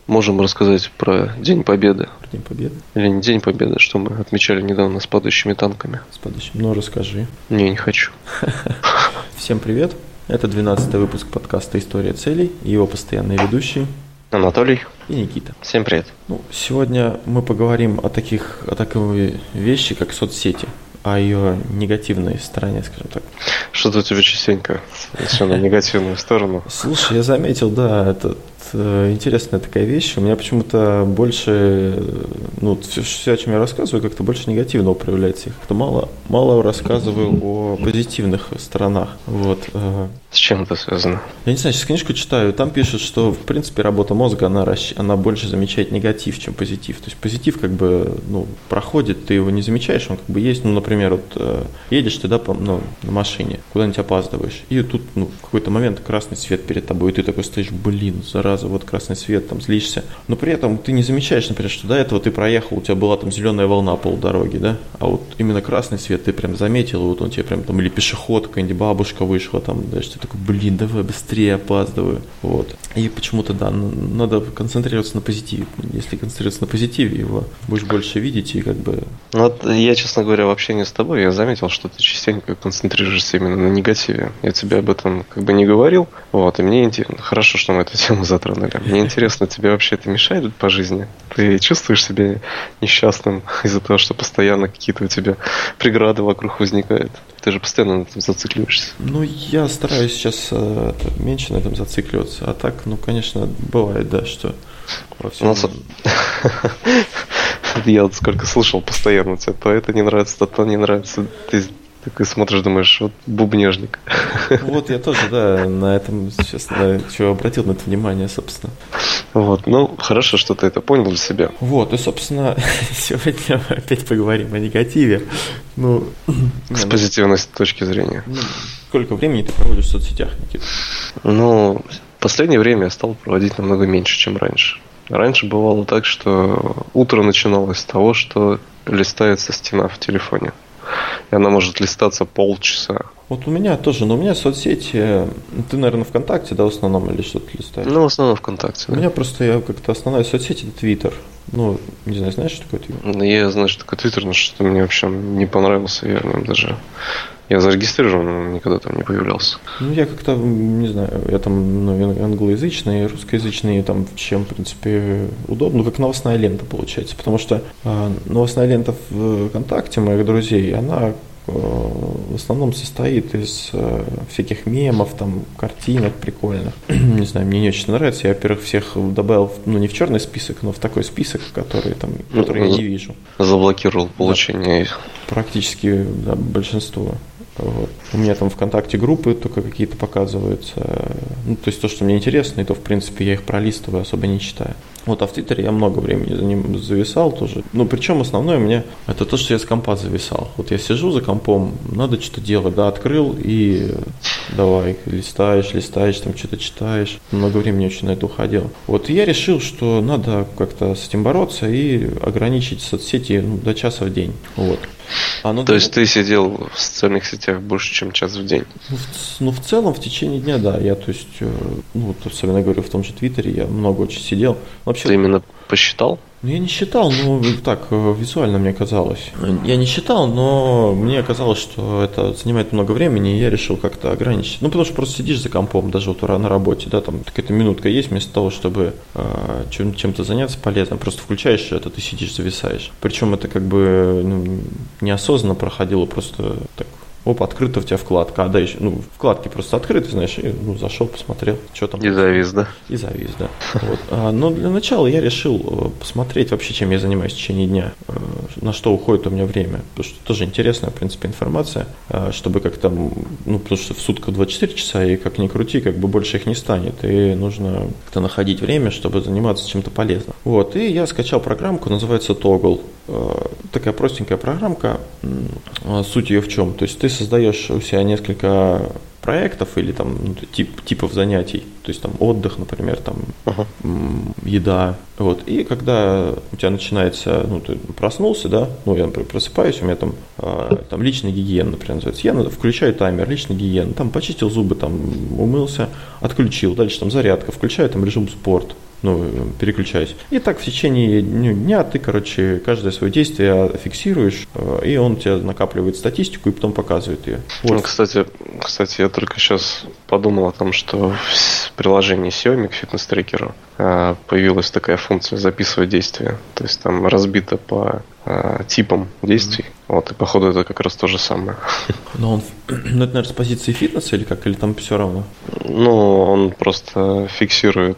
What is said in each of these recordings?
можем рассказать про День Победы. Про День Победы? Или не День Победы, что мы отмечали недавно с падающими танками. С падающими? Ну, расскажи. Не хочу. Всем привет. Это 12-й выпуск подкаста «История целей» и его постоянные ведущие Анатолий и Никита. Всем привет. Сегодня мы поговорим о такой вещи, как соцсети, о ее негативной стороне, скажем так. Что-то у тебя частенько все на негативную сторону. Слушай, я заметил, да, это интересная такая вещь. У меня почему-то больше, все, о чем я рассказываю, как-то больше негативного проявляется. Я как-то мало рассказываю о позитивных сторонах. Вот. С чем это связано? Я не знаю, сейчас книжку читаю, там пишут, что, в принципе, работа мозга, она больше замечает негатив, чем позитив. То есть позитив проходит, ты его не замечаешь, он есть. Например, едешь ты, на машине, куда-нибудь опаздываешь, и тут, в какой-то момент красный свет перед тобой, и ты такой стоишь, зараза, вот красный свет, злишься. Но при этом ты не замечаешь, например, что до этого ты проехал, у тебя была зеленая волна полдороги, да, а вот именно красный свет ты прям заметил, и вот он тебе прям или пешеход, какая-нибудь бабушка вышла, дальше ты такой, давай быстрее, опаздываю, вот. И почему-то, надо концентрироваться на позитиве. Если концентрироваться на позитиве, его будешь больше видеть и Я, честно говоря, вообще не с тобой, я заметил, что ты частенько концентрируешься именно на негативе. Я тебе об этом не говорил, вот, и мне интересно, хорошо, что мы эту тему затронули. Мне интересно, тебе вообще это мешает по жизни? Ты чувствуешь себя несчастным из-за того, что постоянно какие-то у тебя преграды вокруг возникают? Ты же постоянно на этом зацикливаешься. Я стараюсь сейчас меньше на этом зацикливаться. А так, конечно, бывает, да, что во всем... Я сколько слышал постоянно, тебе то это не нравится, то не нравится. Ты такой смотришь, думаешь, вот бубнежник. Вот я тоже, да, на этом сейчас обратил на это внимание, собственно. Вот, хорошо, что ты это понял для себя. Вот, и, собственно, сегодня мы опять поговорим о негативе. С позитивной точки зрения. Сколько времени ты проводишь в соцсетях, Никита? В последнее время я стал проводить намного меньше, чем раньше. Раньше бывало так, что утро начиналось с того, что листается стена в телефоне. И она может листаться полчаса. Вот у меня тоже, но у меня соцсети, ты, наверное, ВКонтакте, да, в основном, или что-то листаешь? В основном ВКонтакте, да. У меня просто основная соцсеть — это Твиттер. Не знаю, знаешь, что такое Твиттер? Я знаю, что такое Твиттер, но что-то мне вообще не понравился, я в нем даже... Я зарегистрирован, но никогда там не появлялся. Я как-то, не знаю, я англоязычный, русскоязычный, чем, в принципе, удобно, как новостная лента получается, потому что новостная лента в ВКонтакте моих друзей, она в основном состоит из всяких мемов, картинок прикольных. Не знаю, мне не очень нравится. Я, во-первых, всех добавил, не в черный список, но в такой список, который я не вижу. Заблокировал получение их. Практически, да, большинство. Вот. У меня ВКонтакте группы только какие-то показываются. То есть то, что мне интересно, и то, в принципе, я их пролистываю, особо не читаю. А в Твиттере я много времени за ним зависал тоже. Причем основное у меня это то, что я с компа зависал. Я сижу за компом, надо что-то делать, да, открыл и давай, листаешь, что-то читаешь. Много времени очень на это уходило. И я решил, что надо как-то с этим бороться и ограничить соцсети до часа в день. То есть ты сидел в социальных сетях больше, чем час в день? В целом, в течение дня, да. Я, особенно говорю, в том же Твиттере, я много очень сидел. Вообще, ты именно посчитал? Я не считал, так, визуально мне казалось. Я не считал, но мне казалось, что это занимает много времени, и я решил как-то ограничить. Потому что просто сидишь за компом, даже на работе, да, какая-то минутка есть, вместо того, чтобы чем-то заняться полезным, просто включаешь это, ты сидишь, зависаешь. Причем это неосознанно проходило, просто так. Открыта у тебя вкладка, да, еще, вкладки просто открыты, знаешь, и, зашел, посмотрел, что там. И завис, да? И завис, да. Но для начала я решил посмотреть вообще, чем я занимаюсь в течение дня, на что уходит у меня время, потому что тоже интересная, в принципе, информация, чтобы как-то, потому что в сутках 24 часа, и как ни крути, больше их не станет, и нужно как-то находить время, чтобы заниматься чем-то полезным. И я скачал программку, называется Toggle. Такая простенькая программка, суть ее в чем? То есть ты создаешь у себя несколько проектов или типов занятий, то есть отдых, например, еда, и когда у тебя начинается, ты проснулся, да, я просыпаюсь, у меня личная гигиена, например, называется, я включаю таймер личной гигиены, почистил зубы, умылся, отключил, дальше зарядка, включаю режим спорт. переключаюсь. И так в течение дня ты, каждое свое действие фиксируешь, и он тебе накапливает статистику и потом показывает ее. Вот. Кстати, я только сейчас подумал о том, что в приложении Xiaomi к фитнес-трекеру появилась такая функция записывать действия. То есть там разбито по типам действий. Вот, и походу это как раз то же самое. Но это, наверное, с позиции фитнеса или как? Или там все равно? Он просто фиксирует.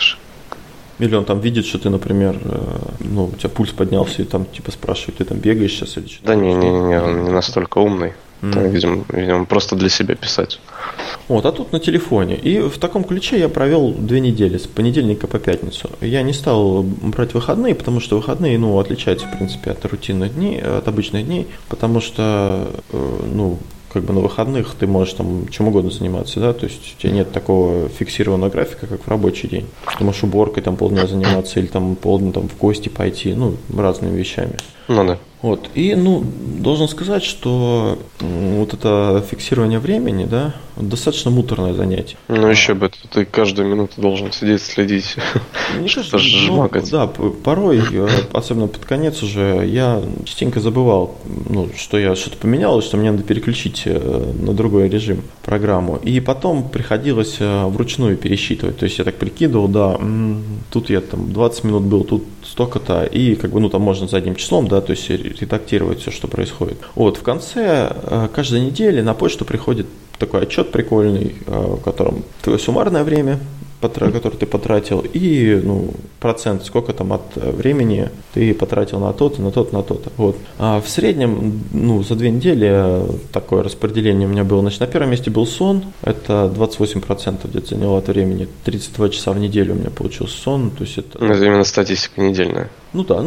Или он там видит, что ты, например, у тебя пульс поднялся и там типа спрашивает, ты там бегаешь сейчас или что-то? Да не, он не настолько умный. Там, видимо, просто для себя писать. А тут на телефоне. И в таком ключе я провел 2 недели, с понедельника по пятницу. Я не стал брать выходные, потому что выходные, отличаются, в принципе, от рутинных дней, от обычных дней, потому что, на выходных ты можешь там чем угодно заниматься, да, то есть у тебя нет такого фиксированного графика, как в рабочий день. Ты можешь уборкой там полдня заниматься или там полдня там в гости пойти, разными вещами. Да. Вот. И, должен сказать, что вот это фиксирование времени, да, достаточно муторное занятие. Еще бы, ты каждую минуту должен сидеть, следить. Что-то жмакать. Да, порой, особенно под конец уже, я частенько забывал, что я что-то поменялось, что мне надо переключить на другой режим программу. И потом приходилось вручную пересчитывать. То есть я так прикидывал, да, тут я там 20 минут был, тут столько-то, и там можно задним числом, да, то есть редактировать все, что происходит. Вот, в конце каждой недели на почту приходит такой отчет прикольный, в котором твое суммарное время, который ты потратил, и процент, сколько там от времени ты потратил на то-то, на то-то, на то-то. Вот. А в среднем, за 2 недели такое распределение у меня было. Значит, на первом месте был сон, это 28% где-то заняло от времени, 32 часа в неделю у меня получился сон. То есть это именно статистика недельная. За 2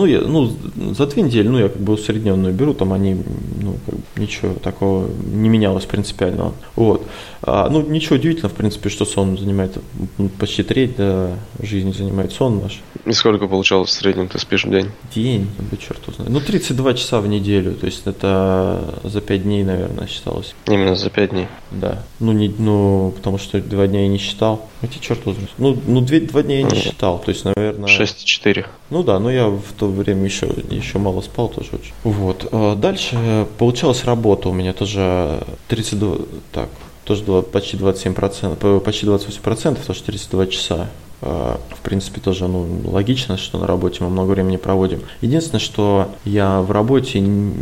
недели, я усредненную беру, там они, ничего такого не менялось принципиального. Вот. Ничего удивительного, в принципе, что сон занимает почти треть жизни занимает сон наш. И сколько получалось в среднем ты спишь в день? День, черт узнает. 32 часа в неделю, то есть это за 5 дней, наверное, считалось. Именно за 5 дней? Да. Потому что 2 дня я не считал. Хотя черт узнает. 2 дня я не считал, то есть, наверное... 6,4. Я в то время еще мало спал тоже очень. Вот. Дальше получалась работа у меня тоже 32, тоже почти 27%, почти 28%, потому что 32 часа. В принципе, тоже логично, что на работе мы много времени проводим. Единственное, что я в работе,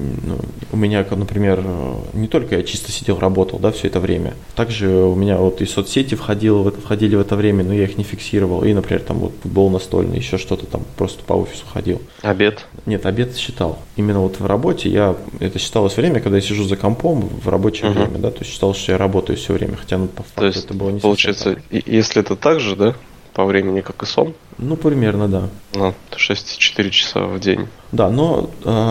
у меня, например, не только я чисто сидел, работал, да, все это время. Также у меня и соцсети входили в это время, но я их не фиксировал. И, например, там футбол настольный, еще что-то там, просто по офису ходил. Обед? Нет, обед считал. Именно в работе это считалось время, когда я сижу за компом в рабочее время, да, то есть считалось, что я работаю все время, хотя, по факту, это было не совсем получается, так. Если это так же, да? По времени, как и сон? Примерно, да. 6,4 часа в день. Да, но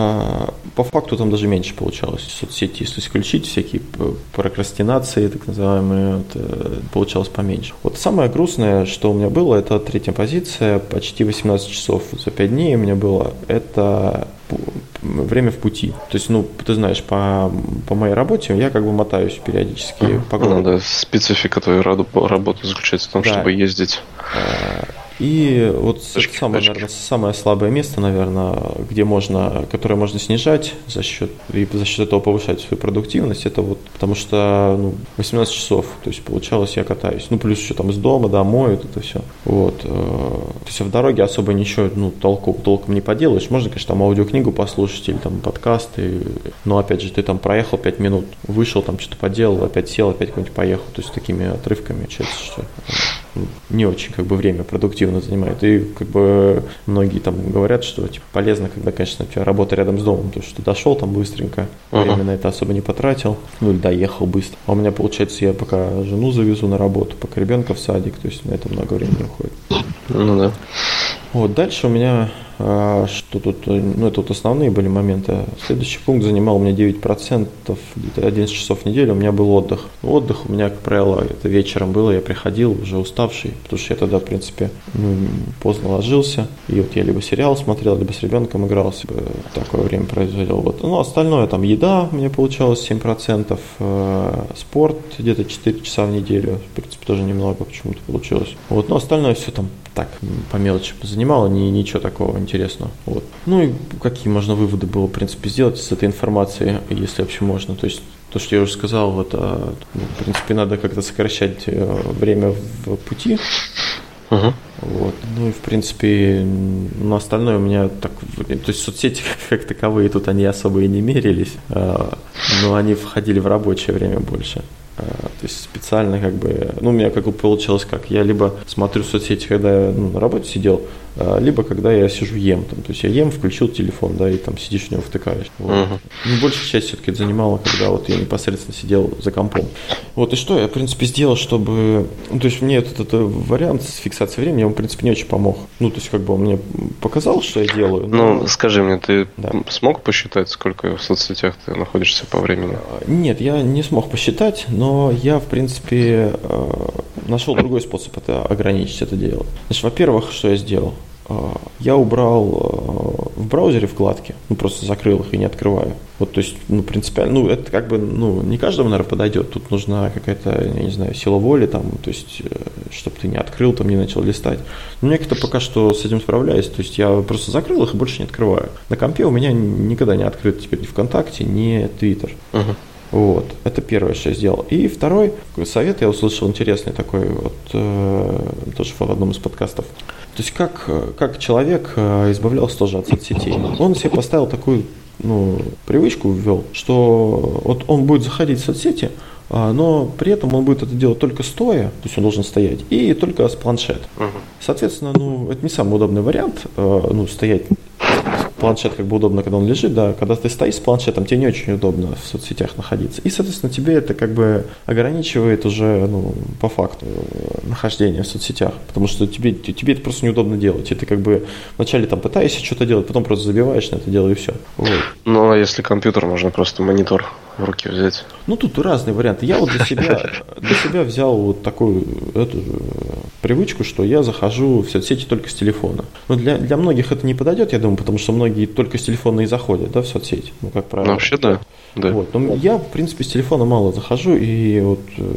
по факту там даже меньше получалось. Соцсети, если исключить всякие прокрастинации, так называемые, получалось поменьше. Вот самое грустное, что у меня было, это 3-я позиция, почти 18 часов за 5 дней у меня было, это время в пути. То есть, ты знаешь, по моей работе я мотаюсь периодически по городу. Да, специфика твоей работы заключается в том, чтобы ездить. И вот это самое слабое место, наверное, которое можно снижать за счет этого повышать свою продуктивность, это потому что 18 часов, то есть получалось я катаюсь, плюс еще там из дома домой, это все. Вот. То есть в дороге особо ничего толком не поделаешь. Можно, конечно, там аудиокнигу послушать или там подкасты, но опять же ты там проехал 5 минут, вышел, там что-то поделал, опять сел, опять куда-нибудь поехал, то есть такими отрывками получается, что не очень время продуктивно занимает. И многие там говорят, что полезно, когда, конечно, у тебя работа рядом с домом, то что ты дошел там быстренько, время на это особо не потратил, или доехал быстро. А у меня получается, я пока жену завезу на работу, пока ребенка в садик, то есть на это много времени уходит. Да. Вот, дальше у меня что тут, это основные были моменты. Следующий пункт занимал у меня 9%, где-то 11 часов в неделю у меня был отдых. Отдых у меня, как правило, это вечером было, я приходил уже уставший, потому что я тогда, в принципе, поздно ложился, и вот я либо сериал смотрел, либо с ребенком игрался, такое время производил. Вот. Остальное, там, еда у меня получалось 7%, спорт где-то 4 часа в неделю, в принципе, тоже немного почему-то получилось. Вот, остальное все там так, по мелочи занимало, ничего такого интересного. Вот. Ну и какие можно выводы было, в принципе, сделать с этой информации, если вообще можно. То есть то, что я уже сказал, вот, в принципе, надо как-то сокращать время в пути. Вот. Ну и в принципе на остальное у меня так, то есть соцсети как таковые тут они особо и не мерились, но они входили в рабочее время больше. То есть специально как бы, ну у меня как бы получилось как, я либо смотрю соцсети, когда я на работе сидел, либо когда я сижу ем, там, то есть я ем, включил телефон, да, и там сидишь в него втыкаешь. Вот. Ну, большая часть все-таки это занимала, когда вот я непосредственно сидел за компом. Вот, и что я, в принципе, сделал, чтобы, ну, то есть мне этот вариант с фиксацией времени, он, в принципе, не очень помог. Ну, то есть как бы он мне показал, что я делаю. Но... Ну, скажи мне, ты смог посчитать, сколько в соцсетях ты находишься по времени? Нет, я не смог посчитать, но я, в принципе, нашел другой способ это ограничить, это дело. Значит, во-первых, что я сделал? Я убрал в браузере вкладки, ну просто закрыл их и не открываю. Вот, то есть, ну, принципиально, ну, это как бы, ну, не каждому, наверное, подойдет. Тут нужна какая-то, я не знаю, сила воли, там, то есть, чтобы ты не открыл, там, не начал листать. Но мне как-то пока что с этим справляюсь, то есть, я просто закрыл их и больше не открываю. На компе у меня никогда не открыт теперь ни ВКонтакте, ни Твиттер. Вот, это первое, что я сделал. И второй совет я услышал интересный такой, вот, тоже в одном из подкастов. То есть, как человек избавлялся тоже от соцсетей. Он себе поставил такую, ну, привычку ввел, что вот он будет заходить в соцсети, но при этом он будет это делать только стоя, то есть он должен стоять, и только с планшета. Соответственно, ну, это не самый удобный вариант, ну, стоять. Планшет как бы удобно, когда он лежит, да, когда ты стоишь с планшетом, тебе не очень удобно в соцсетях находиться. И, соответственно, тебе это как бы ограничивает уже, ну, по факту нахождения в соцсетях, потому что тебе это просто неудобно делать. И ты как бы вначале там пытаешься что-то делать, потом просто забиваешь на это дело и все. Вот. Ну, а если компьютер, можно просто монитор в руки взять. Ну, тут разные варианты. Я вот для себя взял вот такую привычку, что я захожу в соцсети только с телефона. Но для многих это не подойдет, я думаю, потому что многие только с телефона и заходят, да, в соцсети. Ну, как правило. Ну, вообще, да. Вот. Но я, в принципе, с телефона мало захожу, и вот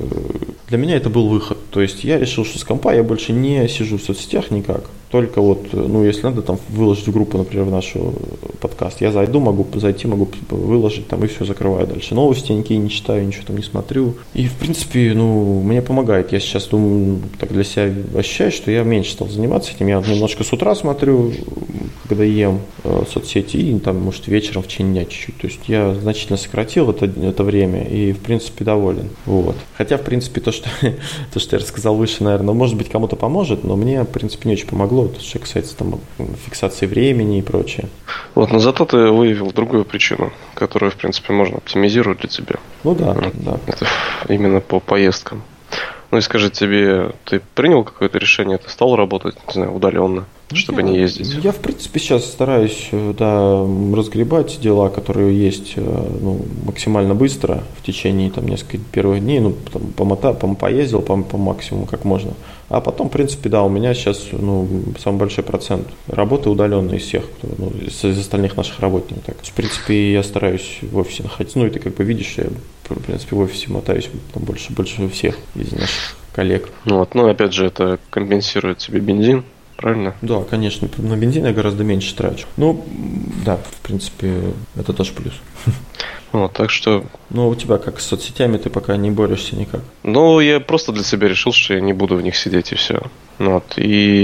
для меня это был выход. То есть я решил, что с компа я больше не сижу в соцсетях никак. Только вот, ну, если надо там выложить в группу, например, в нашу подкаст, я могу выложить там и все, закрываю дальше. Новости никакие не читаю, ничего там не смотрю. И, в принципе, ну, мне помогает. Я сейчас думаю, так для себя ощущаю, что я меньше стал заниматься этим. Я немножко с утра смотрю, когда ем соцсети, и там, может, вечером в течение дня чуть-чуть. То есть я значительно сократил это время и, в принципе, доволен. Вот. Хотя, в принципе, то, что я рассказал выше, наверное, может быть, кому-то поможет, но мне, в принципе, не очень помогло. То, что касается там фиксации времени и прочее. Вот, но зато ты выявил другую причину, которую, в принципе, можно оптимизировать для тебя. Ну да, да. Это именно по поездкам. Ну и скажи, ты принял какое-то решение, ты стал работать, не знаю, удаленно, чтобы не ездить? Я, в принципе, сейчас стараюсь, да, разгребать дела, которые есть, ну, максимально быстро, в течение там нескольких первых дней, ну, там, поездил по максимуму, как можно. А потом, в принципе, да, у меня сейчас, ну, самый большой процент работы удаленной из всех, ну, из остальных наших работников. Так. В принципе, я стараюсь в офисе находиться. Ну, и ты как бы видишь, я, в принципе, в офисе мотаюсь там больше всех из наших коллег. Ну, вот, но опять же, это компенсирует тебе бензин. Правильно? Да, конечно, на бензин я гораздо меньше трачу. Ну, да, в принципе, это тоже плюс. Вот, так что... Ну, у тебя как с соцсетями, ты пока не борешься никак? Ну, я просто для себя решил, что я не буду в них сидеть и все. Вот,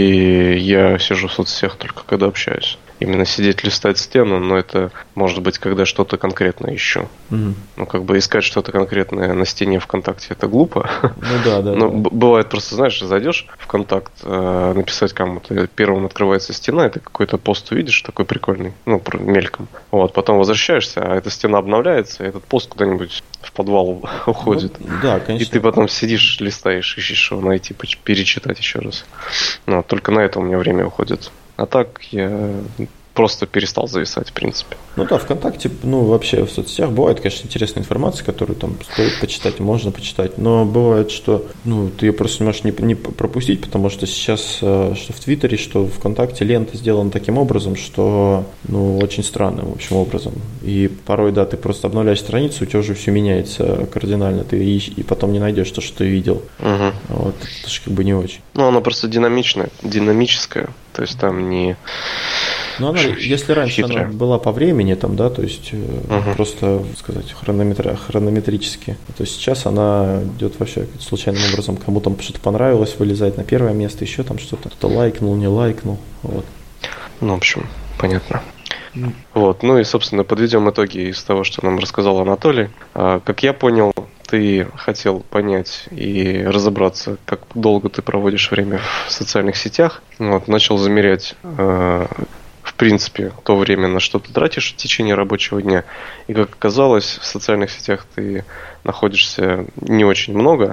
и я сижу в соцсетях только когда общаюсь. Именно сидеть, листать стену, но это может быть, когда что-то конкретное ищу. Ну, как бы искать что-то конкретное на стене ВКонтакте, это глупо. Ну да, да. Но бывает просто, знаешь, зайдешь в ВКонтакт, написать кому-то, первым открывается стена, и ты какой-то пост увидишь такой прикольный, ну, мельком. Вот, потом возвращаешься, а эта стена обновляется, и этот пост куда-нибудь в подвал уходит. Ну, да, конечно. И ты потом сидишь, листаешь, ищешь его найти, перечитать еще раз. Ну, только на это у меня время уходит. А так я просто перестал зависать, в принципе. Ну да, ВКонтакте, вообще в соцсетях бывает, конечно, интересная информация, которую там стоит почитать, можно почитать, но бывает, что, ты ее просто можешь не пропустить, потому что сейчас, что в Твиттере, что в ВКонтакте лента сделана таким образом, что, очень странным, в общем, образом. И порой, да, ты просто обновляешь страницу, у тебя уже все меняется кардинально, ты и потом не найдешь то, что ты видел. Угу. Вот, это же как бы не очень. Она просто динамическая, то есть там не... Она, если раньше хитрая. она была по времени, там, да, то есть просто, сказать, хронометрически, то сейчас она идет вообще случайным образом, кому там что-то понравилось, вылезает на первое место, еще там что-то, кто-то лайкнул, не лайкнул, вот. В общем, понятно. Вот, и, собственно, подведем итоги из того, что нам рассказал Анатолий. Как я понял, ты хотел понять и разобраться, как долго ты проводишь время в социальных сетях. Начал замерять, в принципе, то время, на что ты тратишь в течение рабочего дня. И, как оказалось, в социальных сетях ты находишься не очень много.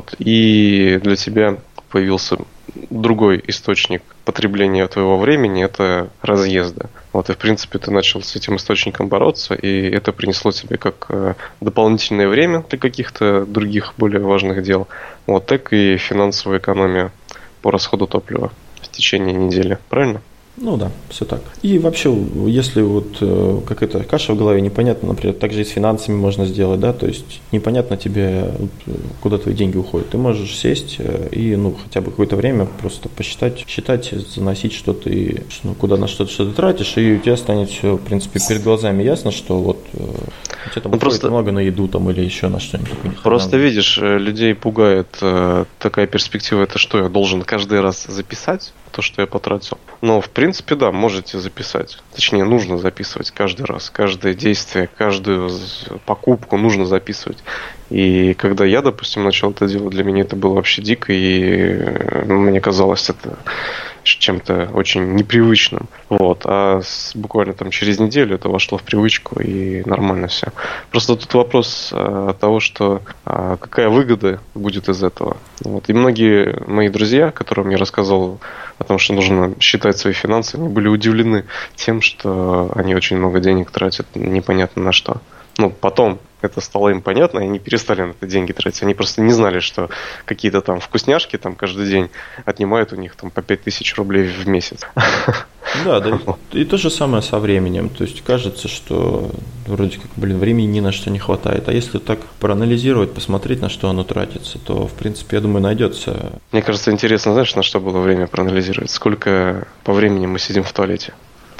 И для тебя появился другой источник потребления твоего времени – это разъезды. И, в принципе, ты начал с этим источником бороться, и это принесло тебе как дополнительное время для каких-то других более важных дел, так и финансовая экономия по расходу топлива в течение недели. Правильно? Да, все так. И вообще, если какая-то каша в голове, непонятно, например, также и с финансами можно сделать, да, то есть непонятно тебе, куда твои деньги уходят. Ты можешь сесть и, хотя бы какое-то время просто считать, заносить что-то и куда на что ты тратишь, и у тебя станет все, в принципе, перед глазами ясно, что у тебя там просто много на еду там или еще на что-нибудь. Просто видишь, людей пугает такая перспектива, это что, я должен каждый раз записать то, что я потратил? В принципе, да, можете записать. Точнее, нужно записывать каждый раз. Каждое действие, каждую покупку нужно записывать. И когда я, допустим, начал это делать, для меня это было вообще дико, и мне казалось это чем-то очень непривычным. А буквально там через неделю это вошло в привычку, и нормально все. Просто тут вопрос того, что какая выгода будет из этого. И многие мои друзья, которым я рассказывал о том, что нужно считать свои финансы, они были удивлены тем, что они очень много денег тратят непонятно на что. Потом это стало им понятно, и они перестали на это деньги тратить. Они просто не знали, что какие-то там вкусняшки там каждый день отнимают у них там по 5000 рублей в месяц. Да, и то же самое со временем. То есть кажется, что вроде как, времени ни на что не хватает. А если так проанализировать, посмотреть, на что оно тратится, то, в принципе, я думаю, найдется. Мне кажется, интересно, знаешь, на что было время проанализировать? Сколько по времени мы сидим в туалете?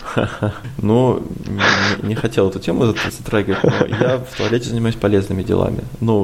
Не хотел эту тему затрагивать, но я в туалете занимаюсь полезными делами.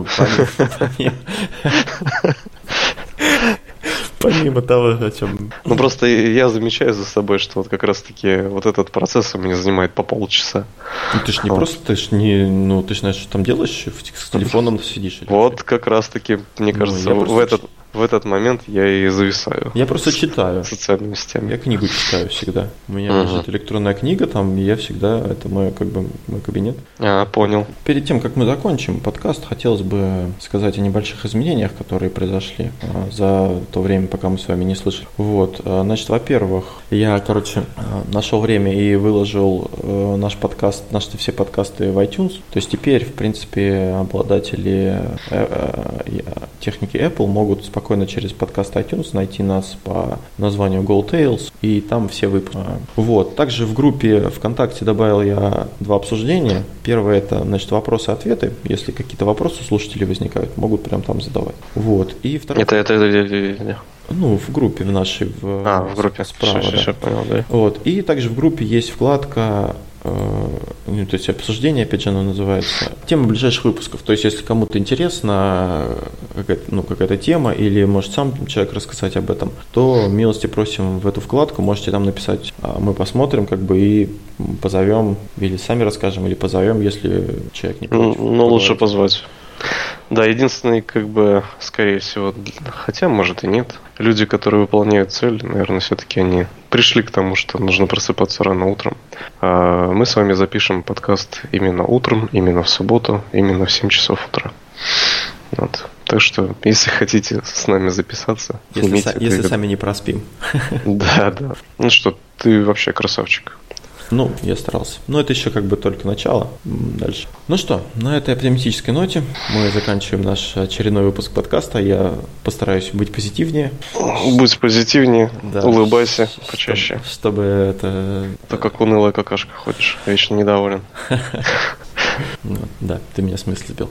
Помимо того, о чем... Просто я замечаю за собой, что как раз-таки этот процесс у меня занимает по полчаса. Ты ж не просто, ты ж знаешь, что там делаешь, с телефоном сидишь. Как раз-таки, мне кажется, в этот момент я и зависаю. Я просто читаю. Социальными сетями. Я книгу читаю всегда. У меня лежит электронная книга, там, и я всегда, это мой кабинет. Понял. Перед тем, как мы закончим подкаст, хотелось бы сказать о небольших изменениях, которые произошли за то время, пока мы с вами не слышали. Значит, во-первых, я, нашел время и выложил наш подкаст, наши все подкасты в iTunes. То есть теперь, в принципе, обладатели техники Apple могут спокойно через подкаст iTunes найти нас по названию Gold Tales, и там все выпуски. Также в группе ВКонтакте добавил я 2 обсуждения. Первое — это, значит, вопросы-ответы. Если какие-то вопросы у слушателей возникают, могут прям там задавать. И второе... Это в группе в нашей, в группе справа. Все понял, да. И также в группе есть вкладка, то есть обсуждение, опять же, оно называется, тема ближайших выпусков. То есть, если кому-то интересна какая-то тема, или может сам человек рассказать об этом, то милости просим в эту вкладку, можете там написать. Мы посмотрим, и позовем, или сами расскажем, или позовем, если человек не против. Лучше позвать. Да, единственный, скорее всего, хотя, может и нет, люди, которые выполняют цель, наверное, все-таки они пришли к тому, что нужно просыпаться рано утром. Мы с вами запишем подкаст именно утром, именно в субботу, именно в 7 часов утра. Так что, если хотите с нами записаться... Если сами не проспим. Да. Ты вообще красавчик. Ну, я старался. Но это еще как бы только начало. Дальше. Ну что, на этой оптимистической ноте мы заканчиваем наш очередной выпуск подкаста. Я постараюсь быть позитивнее. Будь позитивнее, да. Улыбайся почаще. Чтобы это... То как унылая какашка ходишь, вечно недоволен. Да, ты меня с мысли сбил.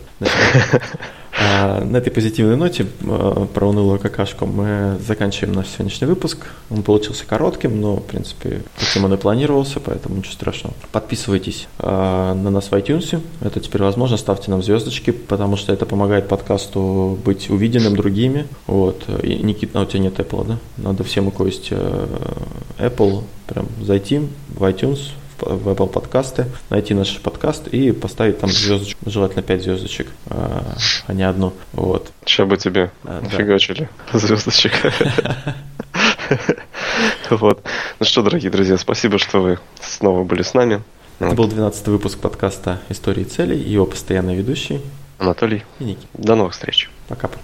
На этой позитивной ноте про унылую какашку мы заканчиваем наш сегодняшний выпуск. Он получился коротким, но, в принципе, таким он и планировался, поэтому ничего страшного. Подписывайтесь на нас в iTunes. Это теперь возможно. Ставьте нам звездочки, потому что это помогает подкасту быть увиденным другими. Вот. И, Никита, у тебя нет Apple, да? Надо всем, у кого есть Apple, прям зайти в iTunes, в Apple подкасты, найти наш подкаст и поставить там звездочку, желательно 5 звездочек, а не одну. Вот. Сейчас бы тебе фигачили звездочек. Вот. Ну что, дорогие друзья, спасибо, что вы снова были с нами. Это был 12-й выпуск подкаста «Истории целей», его постоянный ведущий Анатолий и Никита. До новых встреч. Пока.